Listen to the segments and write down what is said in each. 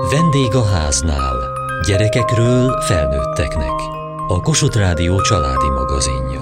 Vendég a háznál. Gyerekekről felnőtteknek. A Kossuth Rádió családi magazinja.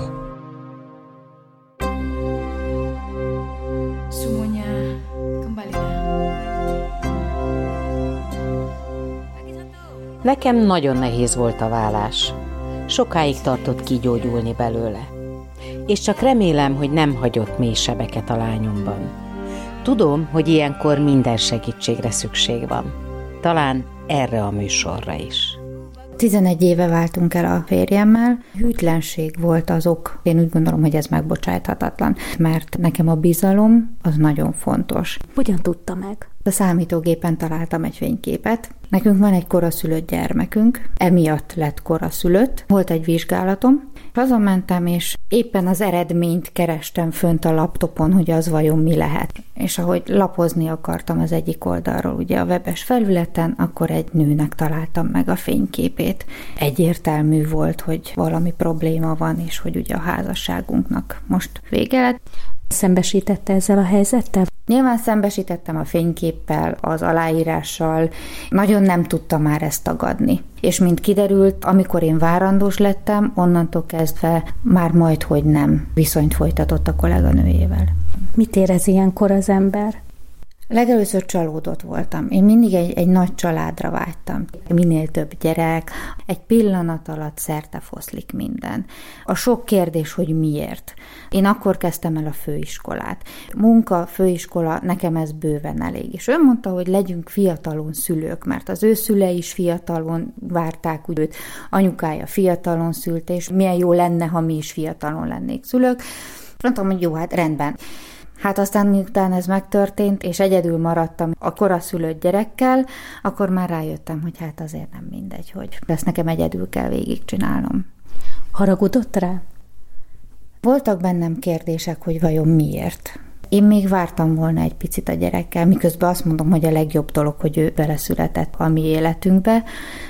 Nekem nagyon nehéz volt a válás. Sokáig tartott kigyógyulni belőle. És csak remélem, hogy nem hagyott mély sebeket a lányomban. Tudom, hogy ilyenkor minden segítségre szükség van. Talán erre a műsorra is. 11 éve váltunk el a férjemmel. Hűtlenség volt az ok. Én úgy gondolom, hogy ez megbocsájthatatlan, mert nekem a bizalom az nagyon fontos. Hogyan tudta meg? A számítógépen találtam egy fényképet. Nekünk van egy koraszülött gyermekünk, emiatt lett koraszülött. Volt egy vizsgálatom, hazamentem, és éppen az eredményt kerestem fönt a laptopon, hogy az vajon mi lehet. És ahogy lapozni akartam az egyik oldalról, ugye a webes felületen, akkor egy nőnek találtam meg a fényképét. Egyértelmű volt, hogy valami probléma van, és hogy ugye a házasságunknak most vége lett. Szembesítette ezzel a helyzettel? Nyilván szembesítettem a fényképpel, az aláírással, nagyon nem tudtam már ezt tagadni. És mint kiderült, amikor én várandós lettem, onnantól kezdve már majdhogy nem viszonyt folytatott a kolléganőjével. Mit érez ilyenkor az ember? Legelőször csalódott voltam. Én mindig egy nagy családra vágytam. Minél több gyerek, egy pillanat alatt szerte foszlik minden. A sok kérdés, hogy miért. Én akkor kezdtem el a főiskolát. Munka, főiskola, nekem ez bőven elég. És ő mondta, hogy legyünk fiatalon szülők, mert az ő szülei is fiatalon várták úgy őt, anyukája fiatalon szült, és milyen jó lenne, ha mi is fiatalon lennék szülők. Mondtam, hogy jó, hát rendben. Hát aztán miután ez megtörtént, és egyedül maradtam a koraszülött gyerekkel, akkor már rájöttem, hogy hát azért nem mindegy, hogy ezt nekem egyedül kell végigcsinálnom. Haragudott rá? Voltak bennem kérdések, hogy vajon miért. Én még vártam volna egy picit a gyerekkel, miközben azt mondom, hogy a legjobb dolog, hogy ő beleszületett a mi életünkbe,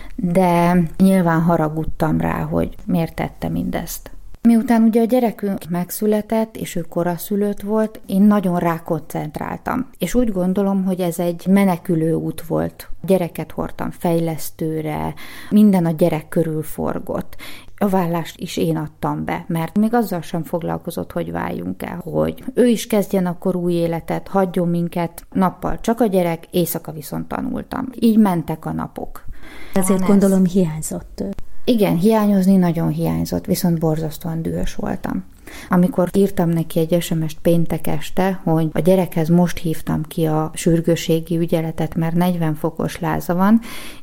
de nyilván haragudtam rá, hogy miért tette mindezt. Miután ugye a gyerekünk megszületett, és ő koraszülött volt, én nagyon rákoncentráltam. És úgy gondolom, hogy ez egy menekülő út volt. Gyereket hordtam fejlesztőre, minden a gyerek körül forgott. A vállást is én adtam be, mert még azzal sem foglalkozott, hogy váljunk el, hogy ő is kezdjen akkor új életet, hagyjon minket, nappal csak a gyerek, éjszaka viszont tanultam. Így mentek a napok. Ezért gondolom hiányzott ő. Igen, hiányozni nagyon hiányzott, viszont borzasztóan dühös voltam. Amikor írtam neki egy SMS-t péntek este, hogy a gyerekhez most hívtam ki a sürgősségi ügyeletet, mert 40 fokos láza van,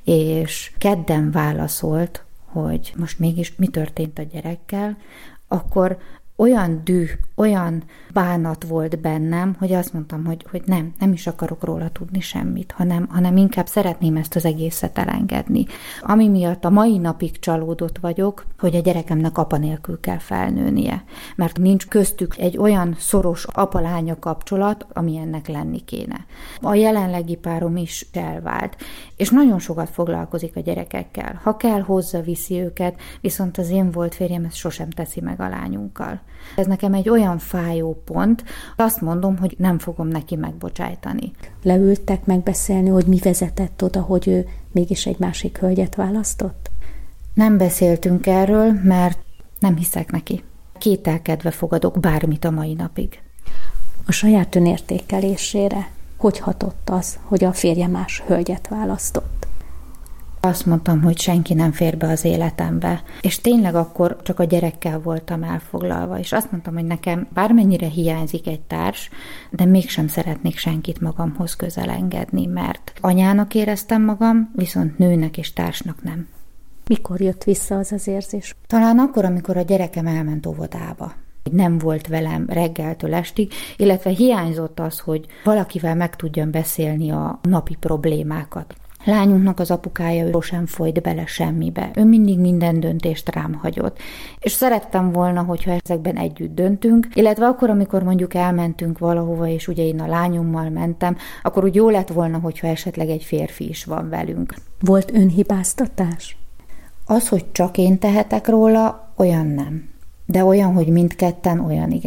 és kedden válaszolt, hogy most mégis mi történt a gyerekkel, akkor olyan düh, olyan bánat volt bennem, hogy azt mondtam, hogy nem is akarok róla tudni semmit, hanem inkább szeretném ezt az egészet elengedni. Ami miatt a mai napig csalódott vagyok, hogy a gyerekemnek apa nélkül kell felnőnie, mert nincs köztük egy olyan szoros apa-lánya kapcsolat, ami ennek lenni kéne. A jelenlegi párom is elvált, és nagyon sokat foglalkozik a gyerekekkel. Ha kell, hozza, viszi őket, viszont az én volt férjem ezt sosem teszi meg a lányunkkal. Ez nekem egy olyan fájó pont, azt mondom, hogy nem fogom neki megbocsájtani. Leültek megbeszélni, hogy mi vezetett oda, hogy ő mégis egy másik hölgyet választott? Nem beszéltünk erről, mert nem hiszek neki. Kételkedve fogadok bármit a mai napig. A saját önértékelésére hogy hatott az, hogy a férje más hölgyet választott? Azt mondtam, hogy senki nem fér be az életembe. És tényleg akkor csak a gyerekkel voltam elfoglalva. És azt mondtam, hogy nekem bármennyire hiányzik egy társ, de mégsem szeretnék senkit magamhoz közel engedni, mert anyának éreztem magam, viszont nőnek és társnak nem. Mikor jött vissza az az érzés? Talán akkor, amikor a gyerekem elment óvodába. Nem volt velem reggeltől estig, illetve hiányzott az, hogy valakivel meg tudjam beszélni a napi problémákat. Lányunknak az apukája ő sosem folyt bele semmibe. Ő mindig minden döntést rám hagyott. És szerettem volna, hogyha ezekben együtt döntünk, illetve akkor, amikor mondjuk elmentünk valahova, és ugye én a lányommal mentem, akkor úgy jó lett volna, hogyha esetleg egy férfi is van velünk. Volt önhibáztatás? Az, hogy csak én tehetek róla, olyan nem. De olyan, hogy mindketten, olyan igen.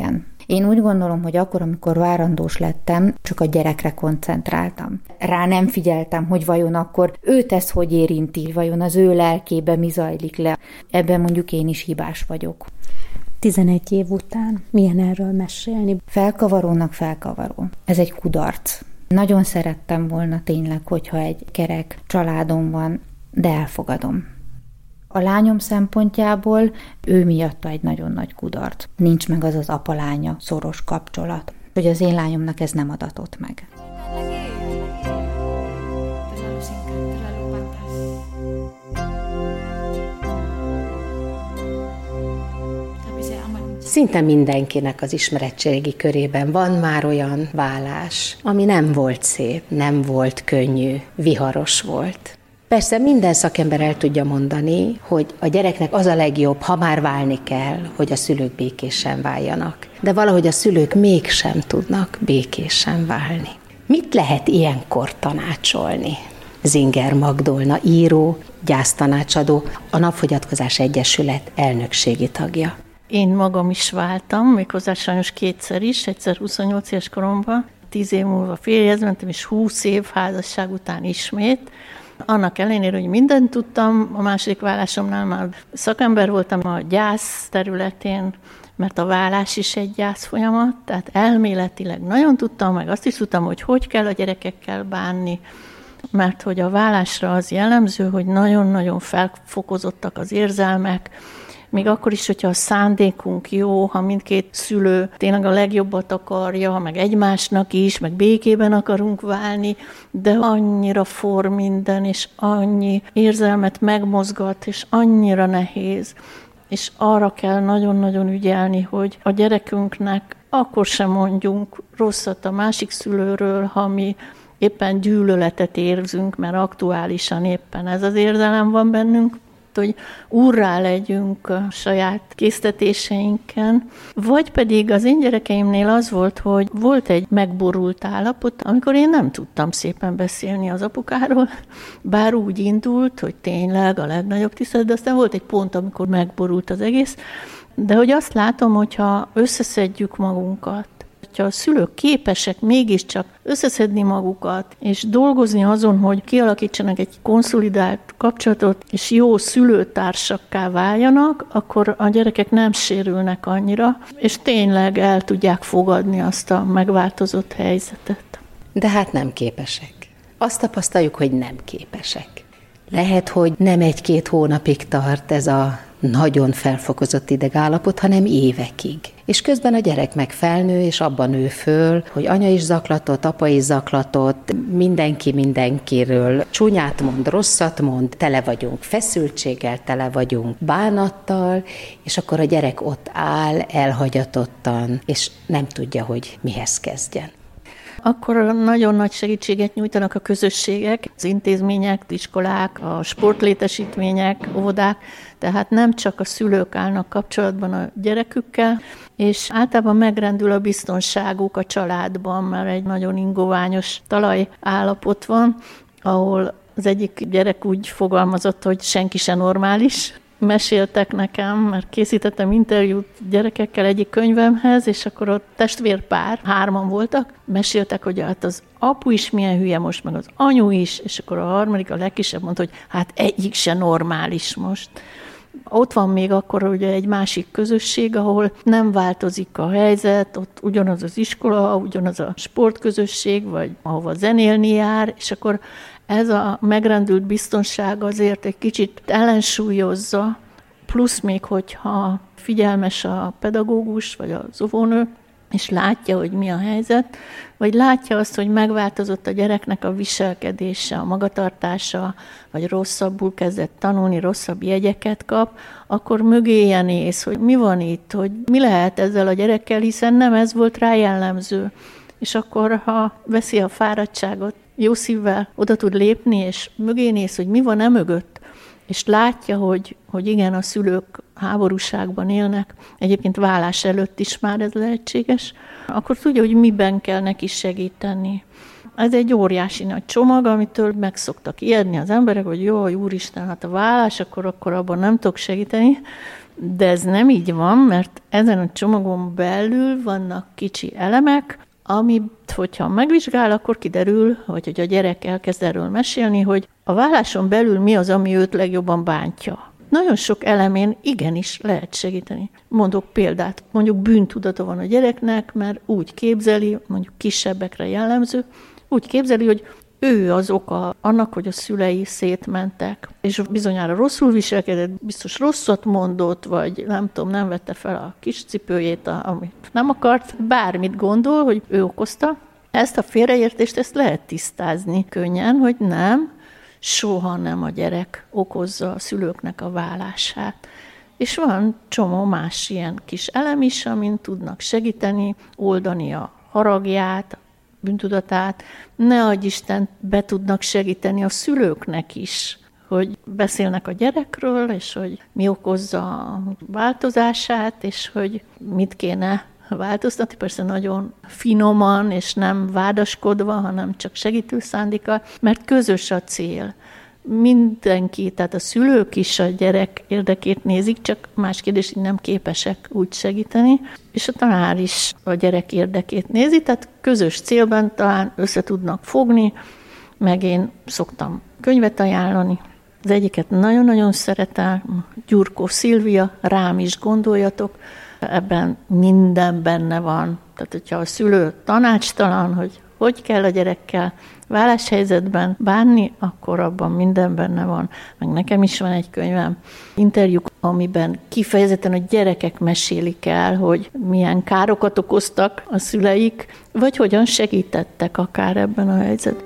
Én úgy gondolom, hogy akkor, amikor várandós lettem, csak a gyerekre koncentráltam. Rá nem figyeltem, hogy vajon akkor őt ez hogy érinti, vajon az ő lelkébe mi zajlik le. Ebben mondjuk én is hibás vagyok. 11 év után milyen erről mesélni? Felkavarónak felkavaró. Ez egy kudarc. Nagyon szerettem volna tényleg, hogyha egy kerek családom van, de elfogadom. A lányom szempontjából ő miatta egy nagyon nagy kudarc. Nincs meg az apa-lánya szoros kapcsolat. Hogy az én lányomnak ez nem adatott meg. Szinte mindenkinek az ismeretségi körében van már olyan válás, ami nem volt szép, nem volt könnyű, viharos volt. Persze minden szakember el tudja mondani, hogy a gyereknek az a legjobb, ha már válni kell, hogy a szülők békésen váljanak. De valahogy a szülők mégsem tudnak békésen válni. Mit lehet ilyenkor tanácsolni? Zinger Magdolna író, gyásztanácsadó, a Napfogyatkozás Egyesület elnökségi tagja. Én magam is váltam, méghozzá sajnos kétszer is, egyszer 28 éves koromban, 10 év múlva férjhez mentem, és 20 év házasság után ismét. Annak ellenére, hogy mindent tudtam, a második válásomnál már szakember voltam a gyász területén, mert a válás is egy gyász folyamat, tehát elméletileg nagyon tudtam, meg azt is tudtam, hogy kell a gyerekekkel bánni, mert hogy a válásra az jellemző, hogy nagyon-nagyon felfokozottak az érzelmek, még akkor is, hogyha a szándékunk jó, ha mindkét szülő tényleg a legjobbat akarja, meg egymásnak is, meg békében akarunk válni, de annyira forr minden, és annyi érzelmet megmozgat, és annyira nehéz. És arra kell nagyon-nagyon ügyelni, hogy a gyerekünknek akkor sem mondjunk rosszat a másik szülőről, ha mi éppen gyűlöletet érzünk, mert aktuálisan éppen ez az érzelem van bennünk, hogy úrrá legyünk a saját késztetéseinken, vagy pedig az én gyerekeimnél az volt, hogy volt egy megborult állapot, amikor én nem tudtam szépen beszélni az apukáról, bár úgy indult, hogy tényleg a legnagyobb tisztelet, de aztán volt egy pont, amikor megborult az egész, de hogy azt látom, hogyha összeszedjük magunkat, hogyha a szülők képesek mégiscsak összeszedni magukat, és dolgozni azon, hogy kialakítsanak egy konszolidált kapcsolatot, és jó szülőtársakká váljanak, akkor a gyerekek nem sérülnek annyira, és tényleg el tudják fogadni azt a megváltozott helyzetet. De hát nem képesek. Azt tapasztaljuk, hogy nem képesek. Lehet, hogy nem 1-2 hónapig tart ez a nagyon felfokozott idegállapot, hanem évekig. És közben a gyerek meg felnő, és abban nő föl, hogy anya is zaklatott, apa is zaklatott, mindenki mindenkiről csúnyát mond, rosszat mond, tele vagyunk feszültséggel, tele vagyunk bánattal, és akkor a gyerek ott áll elhagyatottan, és nem tudja, hogy mihez kezdjen. Akkor nagyon nagy segítséget nyújtanak a közösségek, az intézmények, iskolák, a sportlétesítmények, óvodák, tehát nem csak a szülők állnak kapcsolatban a gyerekükkel, és általában megrendül a biztonságuk a családban, mert egy nagyon ingoványos talajállapot van, ahol az egyik gyerek úgy fogalmazott, hogy senki se normális. Meséltek nekem, mert készítettem interjút gyerekekkel egyik könyvemhez, és akkor a testvérpár, 3 voltak, meséltek, hogy hát az apu is milyen hülye most, meg az anyu is, és akkor a harmadik, a legkisebb mondta, hogy hát egyik se normális most. Ott van még akkor ugye egy másik közösség, ahol nem változik a helyzet, ott ugyanaz az iskola, ugyanaz a sportközösség, vagy ahova zenélni jár, és akkor ez a megrendült biztonság azért egy kicsit ellensúlyozza, plusz még, hogyha figyelmes a pedagógus, vagy az óvónő, és látja, hogy mi a helyzet, vagy látja azt, hogy megváltozott a gyereknek a viselkedése, a magatartása, vagy rosszabbul kezdett tanulni, rosszabb jegyeket kap, akkor mögéje néz, hogy mi van itt, hogy mi lehet ezzel a gyerekkel, hiszen nem ez volt rá jellemző. És akkor, ha veszi a fáradtságot, jó szívvel oda tud lépni, és mögé néz, hogy mi van mögött, és látja, hogy igen, a szülők háborúságban élnek, egyébként válás előtt is már ez lehetséges, akkor tudja, hogy miben kell neki segíteni. Ez egy óriási nagy csomag, amitől meg szoktak ijedni az emberek, hogy jó, úristen, hát a válás, akkor abban nem tudok segíteni, De ez nem így van, mert ezen a csomagon belül vannak kicsi elemek, amit, hogyha megvizsgál, akkor kiderül, hogy a gyerek elkezd erről mesélni, hogy a válláson belül mi az, ami őt legjobban bántja. Nagyon sok elemén igenis lehet segíteni. Mondok példát, mondjuk bűntudata van a gyereknek, mert úgy képzeli, mondjuk kisebbekre jellemző, úgy képzeli, hogy ő az oka annak, hogy a szülei szétmentek, és bizonyára rosszul viselkedett, biztos rosszat mondott, vagy nem tudom, nem vette fel a kis cipőjét, amit nem akart, bármit gondol, hogy ő okozta. Ezt a félreértést, ezt lehet tisztázni könnyen, hogy nem, soha nem a gyerek okozza a szülőknek a válását. És van csomó más ilyen kis elem is, amin tudnak segíteni, oldani a haragját, bűntudatát, ne adj Isten, be tudnak segíteni a szülőknek is, hogy beszélnek a gyerekről, és hogy mi okozza a változását, és hogy mit kéne változtatni, persze nagyon finoman, és nem vádaskodva, hanem csak segítő szándékkal, mert közös a cél. Mindenki, tehát a szülők is a gyerek érdekét nézik, csak más kérdés, hogy nem képesek úgy segíteni, és a tanár is a gyerek érdekét nézi, tehát közös célban talán össze tudnak fogni, meg én szoktam könyvet ajánlani. Az egyiket nagyon-nagyon szeretem, Gyurkó Szilvia, Rám is gondoljatok, ebben minden benne van. Tehát, hogyha a szülő tanácstalan, hogy kell a gyerekkel válláshelyzetben bánni, akkor abban minden benne van. Meg nekem is van egy könyvem, interjúk, amiben kifejezetten a gyerekek mesélik el, hogy milyen károkat okoztak a szüleik, vagy hogyan segítettek akár ebben a helyzetben.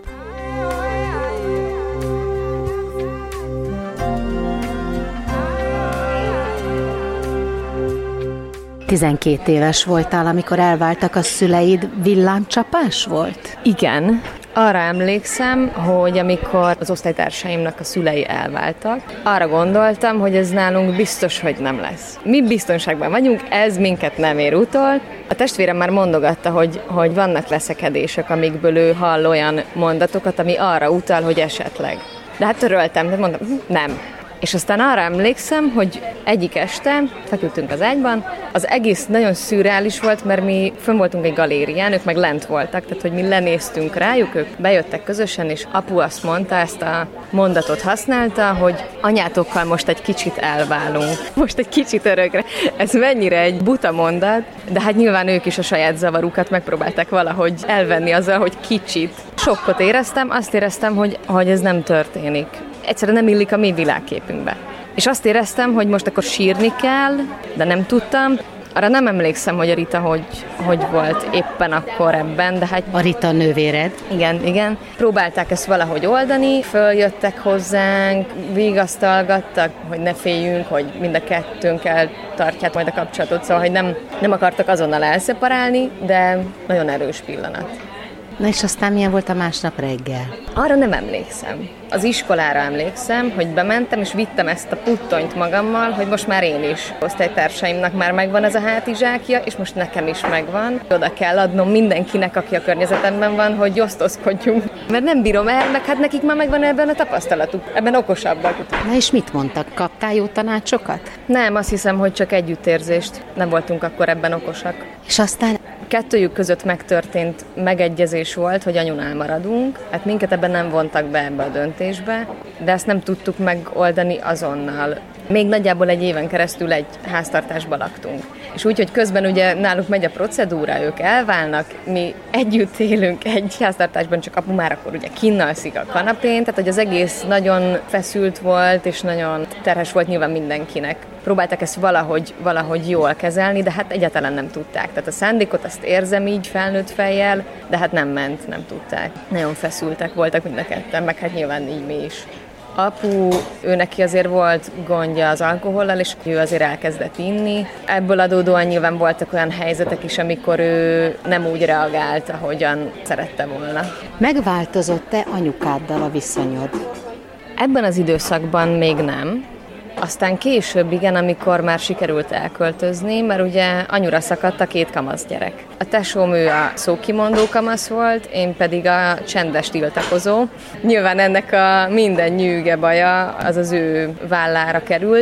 Tizenkét éves voltál, amikor elváltak a szüleid, villámcsapás volt? Igen. Arra emlékszem, hogy amikor az osztálytársaimnak a szülei elváltak, arra gondoltam, hogy ez nálunk biztos, hogy nem lesz. Mi biztonságban vagyunk, ez minket nem ér utol. A testvérem már mondogatta, hogy vannak leszekedések, amikből ő hall olyan mondatokat, ami arra utal, hogy esetleg. De hát töröltem, de mondtam, nem. És aztán arra emlékszem, hogy egyik este feküdtünk az ágyban, az egész nagyon szürreális volt, mert mi fönn voltunk egy galérián, ők meg lent voltak, tehát hogy mi lenéztünk rájuk, ők bejöttek közösen, és apu azt mondta, ezt a mondatot használta, hogy anyátokkal most egy kicsit elválunk, most egy kicsit örökre. Ez mennyire egy buta mondat, de hát nyilván ők is a saját zavarukat megpróbálták valahogy elvenni azzal, hogy kicsit. Sokkot éreztem, azt éreztem, hogy ez nem történik. Egyszerűen nem illik a mi világképünkbe. És azt éreztem, hogy most akkor sírni kell, de nem tudtam. Arra nem emlékszem, hogy a Rita hogy volt éppen akkor ebben, de hát... A Rita nővéred? Igen. Próbálták ezt valahogy oldani, följöttek hozzánk, vigasztalgattak, hogy ne féljünk, hogy mind a kettőnkkel tartják majd a kapcsolatot, szóval, hogy nem akartak azonnal elszeparálni, de nagyon erős pillanat. Na és aztán milyen volt a másnap reggel? Arra nem emlékszem. Az iskolára emlékszem, hogy bementem, és vittem ezt a puttonyt magammal, hogy most már én is. Osztálytársaimnak már megvan ez a hátizsákja, és most nekem is megvan. Oda kell adnom mindenkinek, aki a környezetemben van, hogy osztozkodjunk. Mert nem bírom el, meg hát nekik már megvan ebben a tapasztalatuk, ebben okosabbak. Na és mit mondtak? Kaptál jó tanácsokat? Nem, azt hiszem, hogy csak együttérzést. Nem voltunk akkor ebben okosak. És aztán... Kettőjük között megtörtént megegyezés volt, hogy anyunál maradunk. Hát minket ebben nem vontak be ebbe a döntésbe, de ezt nem tudtuk megoldani azonnal. Még nagyjából egy éven keresztül egy háztartásban laktunk. És úgy, hogy közben ugye náluk megy a procedúra, ők elválnak, mi együtt élünk egy háztartásban, csak apu már akkor ugye kinn alszik a kanapén, tehát hogy az egész nagyon feszült volt, és nagyon terhes volt nyilván mindenkinek. Próbáltak ezt valahogy jól kezelni, de hát egyáltalán nem tudták. Tehát a szándékot azt érzem így felnőtt fejjel, de hát nem ment, nem tudták. Nagyon feszültek voltak mind a ketten, meg hát nyilván így mi is. Apu, ő neki azért volt gondja az alkohollal, és ő azért elkezdett inni. Ebből adódóan nyilván voltak olyan helyzetek is, amikor ő nem úgy reagált, ahogyan szerette volna. Megváltozott-e anyukáddal a viszonyod? Ebben az időszakban még nem. Aztán később igen, amikor már sikerült elköltözni, mert ugye anyura szakadt a 2 kamasz gyerek. A tesóm ő a szókimondó kamasz volt, én pedig a csendes tiltakozó. Nyilván ennek a minden nyűge baja az ő vállára került,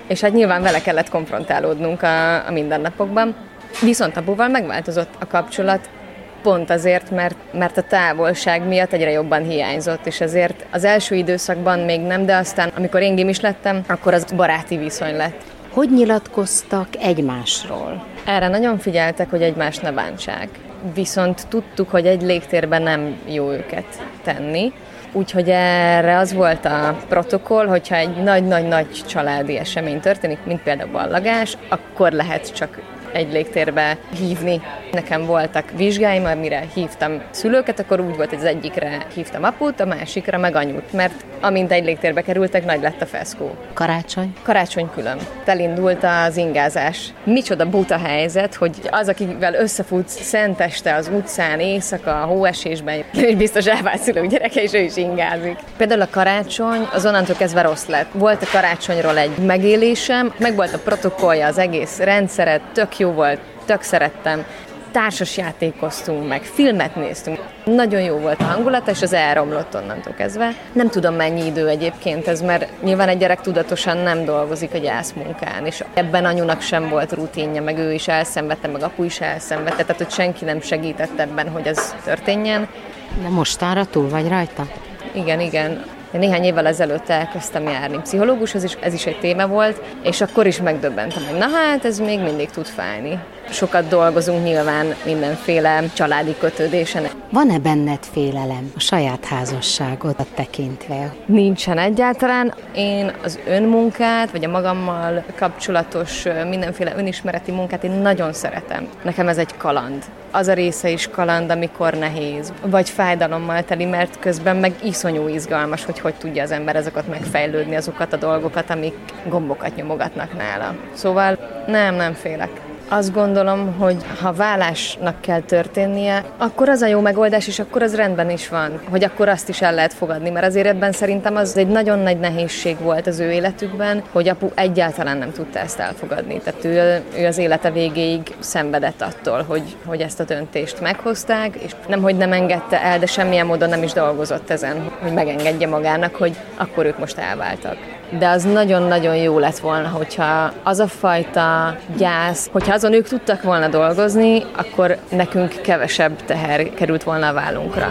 és hát nyilván vele kellett konfrontálódnunk a mindennapokban. Viszont apuval megváltozott a kapcsolat, pont azért, mert a távolság miatt egyre jobban hiányzott, és ezért az első időszakban még nem, de aztán, amikor én gimis lettem, akkor az baráti viszony lett. Hogy nyilatkoztak egymásról? Erre nagyon figyeltek, hogy egymást ne bántsák. Viszont tudtuk, hogy egy légtérben nem jó őket tenni. Úgyhogy erre az volt a protokoll, hogyha egy nagy-nagy-nagy családi esemény történik, mint például ballagás, akkor lehet csak egy légtérbe hívni. Nekem voltak vizsgáim, amire hívtam szülőket, akkor úgy volt, hogy az egyikre hívtam aput, a másikra meg anyut, mert amint egy légtérbe kerültek, nagy lett a feszkó. Karácsony? Karácsony külön. Elindult az ingázás. Micsoda buta helyzet, hogy az, akivel összefutsz szenteste az utcán, éjszaka, a hóesésben, és biztos elvált szülők gyereke, és ő is ingázik. Például a karácsony az onnantól kezdve rossz lett. Volt a karácsonyról egy megélésem, meg volt a protokollja, az egész rendszeret, tök jó volt, tök szerettem. Társas játékoztunk, meg filmet néztünk. Nagyon jó volt a hangulata, és az elromlott onnantól kezdve. Nem tudom, mennyi idő egyébként ez, mert nyilván egy gyerek tudatosan nem dolgozik a gyászmunkán, és ebben anyunak sem volt rutinja, meg ő is elszenvedte, meg apu is elszenvedte, tehát hogy senki nem segített ebben, hogy ez történjen. De mostanra túl vagy rajta? Igen. Néhány évvel ezelőtt elkezdtem járni pszichológushoz, és ez is egy téma volt, és akkor is megdöbbentem, hogy na hát, ez még mindig tud fájni. Sokat dolgozunk nyilván mindenféle családi kötődésen. Van-e benned félelem a saját házasságodat tekintve? Nincsen egyáltalán. Én az önmunkát, vagy a magammal kapcsolatos mindenféle önismereti munkát én nagyon szeretem. Nekem ez egy kaland. Az a része is kaland, amikor nehéz, vagy fájdalommal teli, mert közben meg iszonyú izgalmas, hogy tudja az ember azokat megfejlődni, azokat a dolgokat, amik gombokat nyomogatnak nála. Szóval nem félek. Azt gondolom, hogy ha válásnak kell történnie, akkor az a jó megoldás, és akkor az rendben is van, hogy akkor azt is el lehet fogadni, mert azért ebben szerintem az egy nagyon nagy nehézség volt az ő életükben, hogy apu egyáltalán nem tudta ezt elfogadni. Tehát ő az élete végéig szenvedett attól, hogy ezt a döntést meghozták, és nemhogy nem engedte el, de semmilyen módon nem is dolgozott ezen, hogy megengedje magának, hogy akkor ők most elváltak. De az nagyon-nagyon jó lett volna, hogyha az a fajta gyász, hogyha azon ők tudtak volna dolgozni, akkor nekünk kevesebb teher került volna a vállunkra.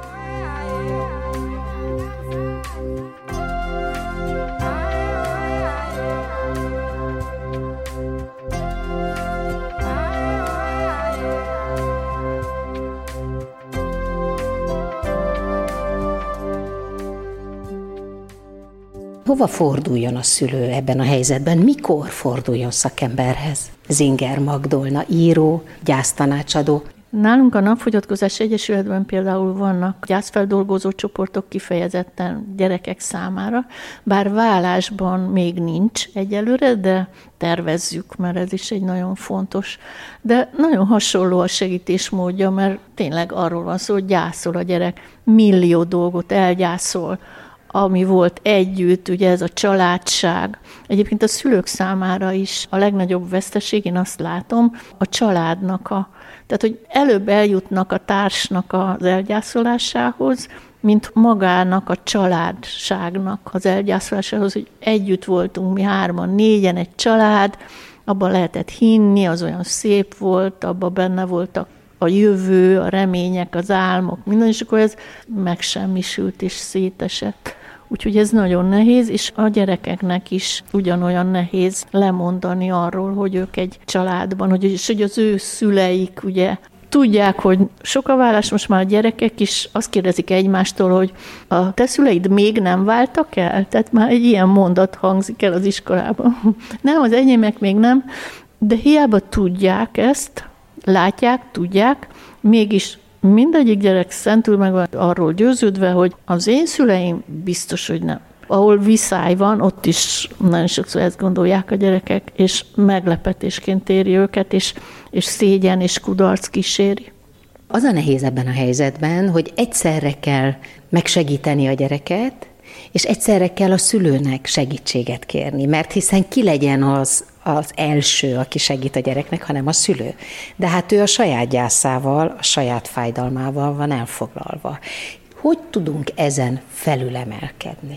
Hova forduljon a szülő ebben a helyzetben? Mikor forduljon szakemberhez? Zinger Magdolna, író, gyásztanácsadó. Nálunk a Napfogyatkozási Egyesületben például vannak gyászfeldolgozó csoportok kifejezetten gyerekek számára, bár válásban még nincs egyelőre, de tervezzük, mert ez is egy nagyon fontos. De nagyon hasonló a segítésmódja, mert tényleg arról van szó, hogy gyászol a gyerek, millió dolgot elgyászol, ami volt együtt, ugye ez a családság. Egyébként a szülők számára is a legnagyobb veszteség, én azt látom, a családnak tehát, hogy előbb eljutnak a társnak az elgyászolásához, mint magának a családságnak az elgyászolásához, hogy együtt voltunk mi 3-4 egy család, abban lehetett hinni, az olyan szép volt, abban benne voltak a jövő, a remények, az álmok, minden, és akkor ez megsemmisült és szétesett. Úgyhogy ez nagyon nehéz, és a gyerekeknek is ugyanolyan nehéz lemondani arról, hogy ők egy családban, hogy az ő szüleik ugye tudják, hogy sok a válás, most már a gyerekek is azt kérdezik egymástól, hogy a te szüleid még nem váltak el? Tehát már egy ilyen mondat hangzik el az iskolában. Nem, az enyémek még nem, de hiába tudják ezt, látják, tudják, mégis mindegyik gyerek szentül meg van arról győződve, hogy az én szüleim biztos, hogy nem. Ahol viszály van, ott is nagyon sokszor ezt gondolják a gyerekek, és meglepetésként éri őket, és szégyen és kudarc kíséri. Az a nehéz ebben a helyzetben, hogy egyszerre kell megsegíteni a gyereket, és egyszerre kell a szülőnek segítséget kérni, mert hiszen ki legyen az első, aki segít a gyereknek, hanem a szülő. De hát ő a saját gyászával, a saját fájdalmával van elfoglalva. Hogy tudunk ezen felülemelkedni?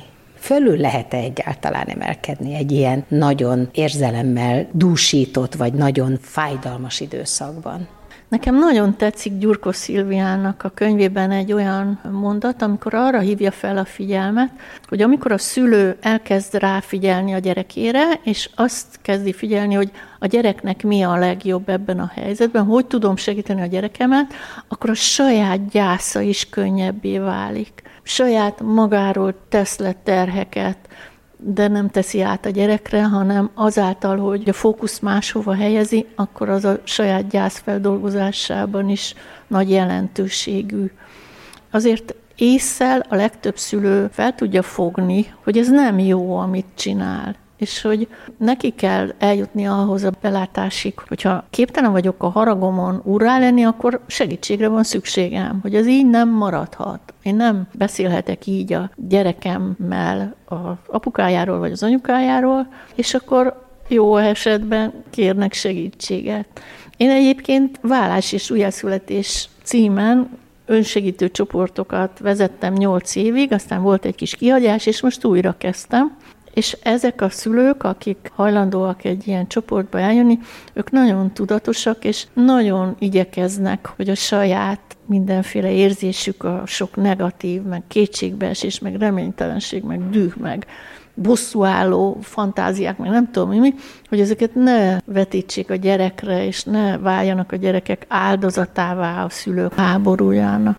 fölül lehet-e egyáltalán emelkedni egy ilyen nagyon érzelemmel dúsított, vagy nagyon fájdalmas időszakban? Nekem nagyon tetszik Gyurkó Szilviának a könyvében egy olyan mondat, amikor arra hívja fel a figyelmet, hogy amikor a szülő elkezd ráfigyelni a gyerekére, és azt kezdi figyelni, hogy a gyereknek mi a legjobb ebben a helyzetben, hogy tudom segíteni a gyerekemet, akkor a saját gyásza is könnyebbé válik. Saját magáról tesz le terheket, de nem teszi át a gyerekre, hanem azáltal, hogy a fókusz máshova helyezi, akkor az a saját gyász feldolgozásában is nagy jelentőségű. Azért ésszel a legtöbb szülő fel tudja fogni, hogy ez nem jó, amit csinál, és hogy neki kell eljutni ahhoz a belátásig, hogyha képtelen vagyok a haragomon urrá lenni, akkor segítségre van szükségem, hogy ez így nem maradhat. Én nem beszélhetek így a gyerekemmel az apukájáról vagy az anyukájáról, és akkor jó esetben kérnek segítséget. Én egyébként Válás és újjászületés címen önsegítő csoportokat vezettem 8 évig, aztán volt egy kis kihagyás, és most újra kezdtem. És ezek a szülők, akik hajlandóak egy ilyen csoportba eljönni, ők nagyon tudatosak, és nagyon igyekeznek, hogy a saját mindenféle érzésük, a sok negatív, meg kétségbeesés, meg reménytelenség, meg düh, meg bosszúálló fantáziák, meg nem tudom mi, hogy ezeket ne vetítsék a gyerekre, és ne váljanak a gyerekek áldozatává a szülők háborújának.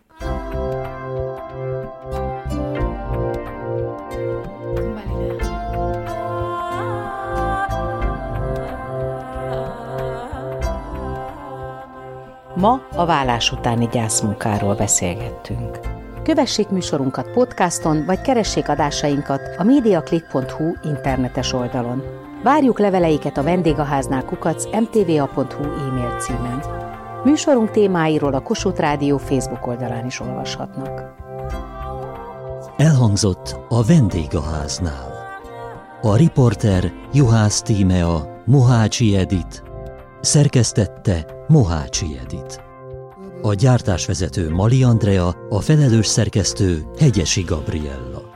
Ma a válás utáni gyászmunkáról beszélgettünk. Kövessék műsorunkat podcaston, vagy keressék adásainkat a mediaclick.hu internetes oldalon. Várjuk leveleiket a vendégháznál @mtva.hu e-mail címen. Műsorunk témáiról a Kossuth Rádió Facebook oldalán is olvashatnak. Elhangzott a vendégháznál. A riporter Juhász Tímea, Mohácsi Edit, szerkesztette Mohácsi Edit. A gyártásvezető Mali Andrea, a felelős szerkesztő Hegyesi Gabriella.